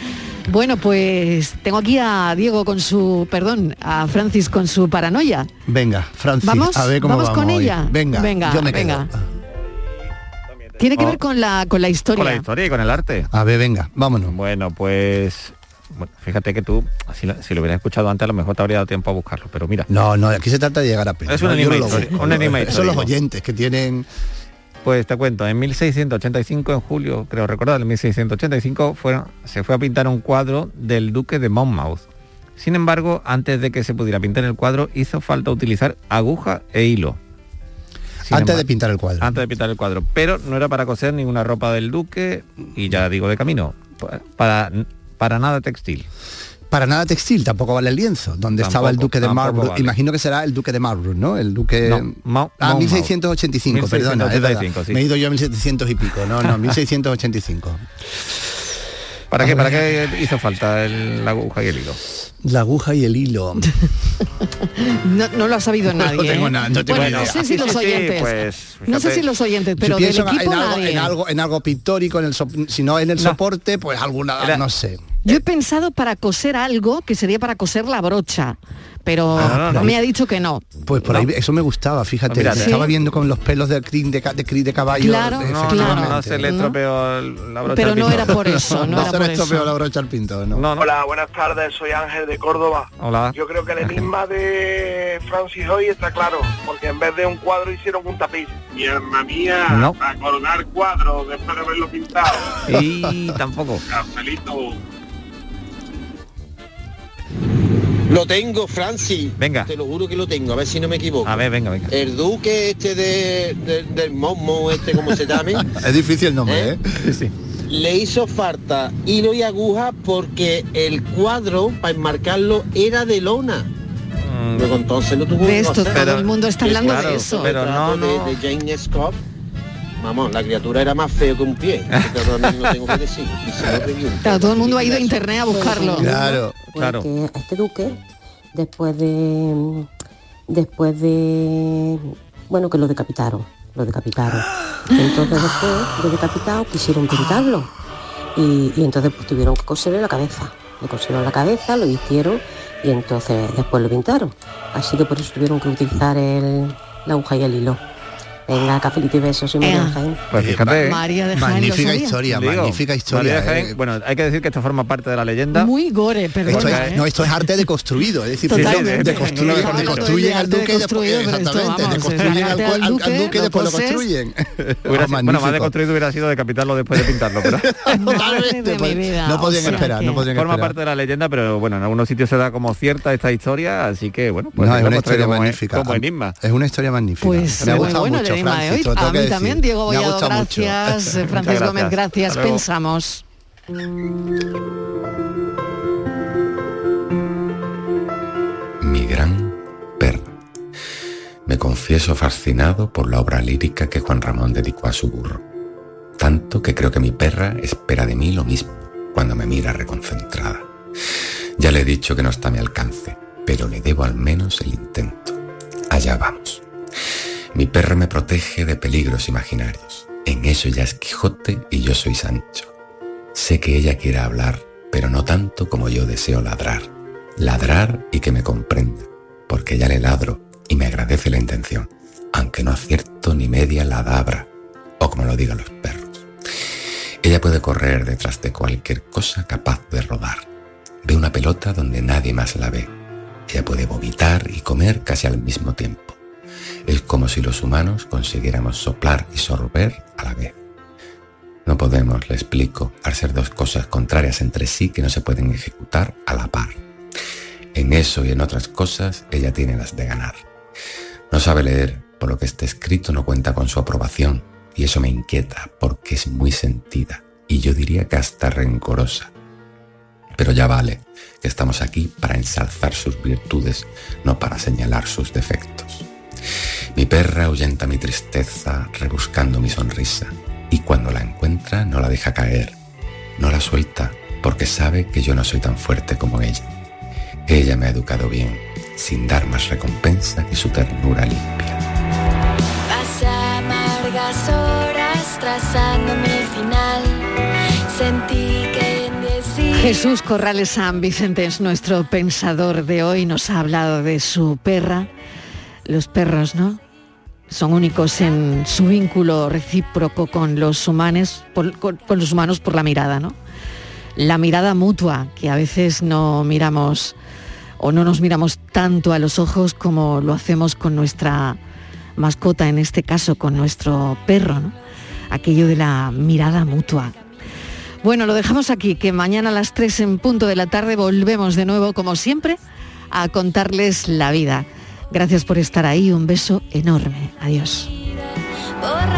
Bueno, pues tengo aquí a Diego a Francis con su paranoia. Venga, Francis, ¿Vamos? a ver cómo ¿Vamos con hoy. ella? Venga, yo me quedo. Tiene que ver con la historia. Con la historia y con el arte. A ver, venga, vámonos. Bueno, pues... Bueno, fíjate que tú, si lo hubieras escuchado antes, a lo mejor te habría dado tiempo a buscarlo, pero mira. No, aquí se trata de llegar a pelo. Es un enigma histórico. Son los oyentes que tienen... Pues te cuento, en 1685, en julio, creo recordar, en 1685, se fue a pintar un cuadro del duque de Monmouth. Sin embargo, antes de que se pudiera pintar el cuadro, hizo falta utilizar aguja e hilo. Antes de pintar el cuadro. Antes de pintar el cuadro. Pero no era para coser ninguna ropa del duque, y ya digo de camino, para nada textil. Para nada textil, tampoco vale el lienzo, donde estaba el duque de Marlborough. Vale. Imagino que será el duque de Marlborough, ¿no? El duque... No, 1685, perdona, es verdad. Sí. Me he ido yo a 1700 y pico, no, 1685. ¿Para qué hizo falta la aguja y el hilo? La aguja y el hilo. No lo ha sabido nadie. No tengo nada. No sé si los oyentes. Pues, no sé si los oyentes, pero del equipo nadie. En algo pictórico, si no en el soporte, pues alguna, no sé. Yo he pensado para coser algo que sería para coser la brocha, pero me ha dicho que no. Pues por ahí eso me gustaba, fíjate. Mira, estaba viendo con los pelos de crin de caballo. Claro, no se le estropeó la brocha. Pero no era por eso. No se le estropeó la brocha al pintor. No. Hola, buenas tardes, soy Ángel de Córdoba. Hola. Yo creo que el enigma de Francis hoy está claro, porque en vez de un cuadro hicieron un tapiz. Mi alma mía, a colgar cuadros después de haberlo pintado. Y tampoco. Cafelito. Lo tengo, Francis. Venga. Te lo juro que lo tengo, a ver si no me equivoco. A ver, venga. El duque del Monmouth, ¿cómo se llame? Es difícil el nombre, ¿eh? Sí. Le hizo falta hilo y aguja porque el cuadro, para enmarcarlo, era de lona. Luego entonces lo tuvo que hacer. Todo el mundo está hablando de eso. Pero de Jane Scott. Vamos, la criatura era más feo que un pie. No tengo que decir. Claro, todo el mundo ha ido a internet a buscarlo. Claro. Que este duque, después de bueno, que lo decapitaron. Entonces después de decapitado quisieron pintarlo. Y entonces pues tuvieron que coserle la cabeza. Le cosieron la cabeza, lo hicieron y entonces después lo pintaron. Así que por eso tuvieron que utilizar la aguja y el hilo. Venga, cafelito y besos, soy María de Jaén. Pues fíjate, María de Jaén, magnífica historia. María de Jaén, bueno, hay que decir que esto forma parte de la leyenda. Muy gore, perdona. Esto es arte deconstruido, es decir, deconstruyen al duque y deconstruyen al duque y después lo construyen. Bueno, más deconstruido hubiera sido decapitarlo después de pintarlo, pero no podían esperar. Forma parte de la leyenda, pero bueno, en algunos sitios se da como cierta esta historia, así que bueno, pues es una historia magnífica. Como enigma. Es una historia magnífica. Me ha gustado mucho. Francis, de hoy. A mí también, Diego Bollado, gracias. Francis Gómez, gracias. Pensamos. Mi gran perra. Me confieso fascinado por la obra lírica que Juan Ramón dedicó a su burro. Tanto que creo que mi perra espera de mí lo mismo cuando me mira reconcentrada. Ya le he dicho que no está a mi alcance, pero le debo al menos el intento. Allá vamos. Mi perra me protege de peligros imaginarios. En eso ella es Quijote y yo soy Sancho. Sé que ella quiere hablar, pero no tanto como yo deseo ladrar. Ladrar y que me comprenda, porque ya le ladro y me agradece la intención, aunque no acierto ni media ladabra, o como lo digan los perros. Ella puede correr detrás de cualquier cosa capaz de rodar. Ve una pelota donde nadie más la ve. Ella puede vomitar y comer casi al mismo tiempo. Es como si los humanos consiguiéramos soplar y sorber a la vez. No podemos, le explico, al ser dos cosas contrarias entre sí que no se pueden ejecutar a la par. En eso y en otras cosas, ella tiene las de ganar. No sabe leer, por lo que este escrito no cuenta con su aprobación, y eso me inquieta porque es muy sentida, y yo diría que hasta rencorosa. Pero ya vale, que estamos aquí para ensalzar sus virtudes, no para señalar sus defectos. Mi perra ahuyenta mi tristeza rebuscando mi sonrisa, y cuando la encuentra no la deja caer, no la suelta porque sabe que yo no soy tan fuerte como ella. Ella me ha educado bien, sin dar más recompensa que su ternura limpia. Pasé amargas horas trazándome el final, sentí que en 10 Jesús Corrales San Vicente es nuestro pensador de hoy, nos ha hablado de su perra. Los perros, ¿no?, son únicos en su vínculo recíproco con los humanos, con los humanos por la mirada, ¿no? La mirada mutua, que a veces no miramos o no nos miramos tanto a los ojos como lo hacemos con nuestra mascota, en este caso con nuestro perro, ¿no? Aquello de la mirada mutua. Bueno, lo dejamos aquí, que mañana a las 3 en punto de la tarde volvemos de nuevo, como siempre, a contarles la vida. Gracias por estar ahí, un beso enorme. Adiós.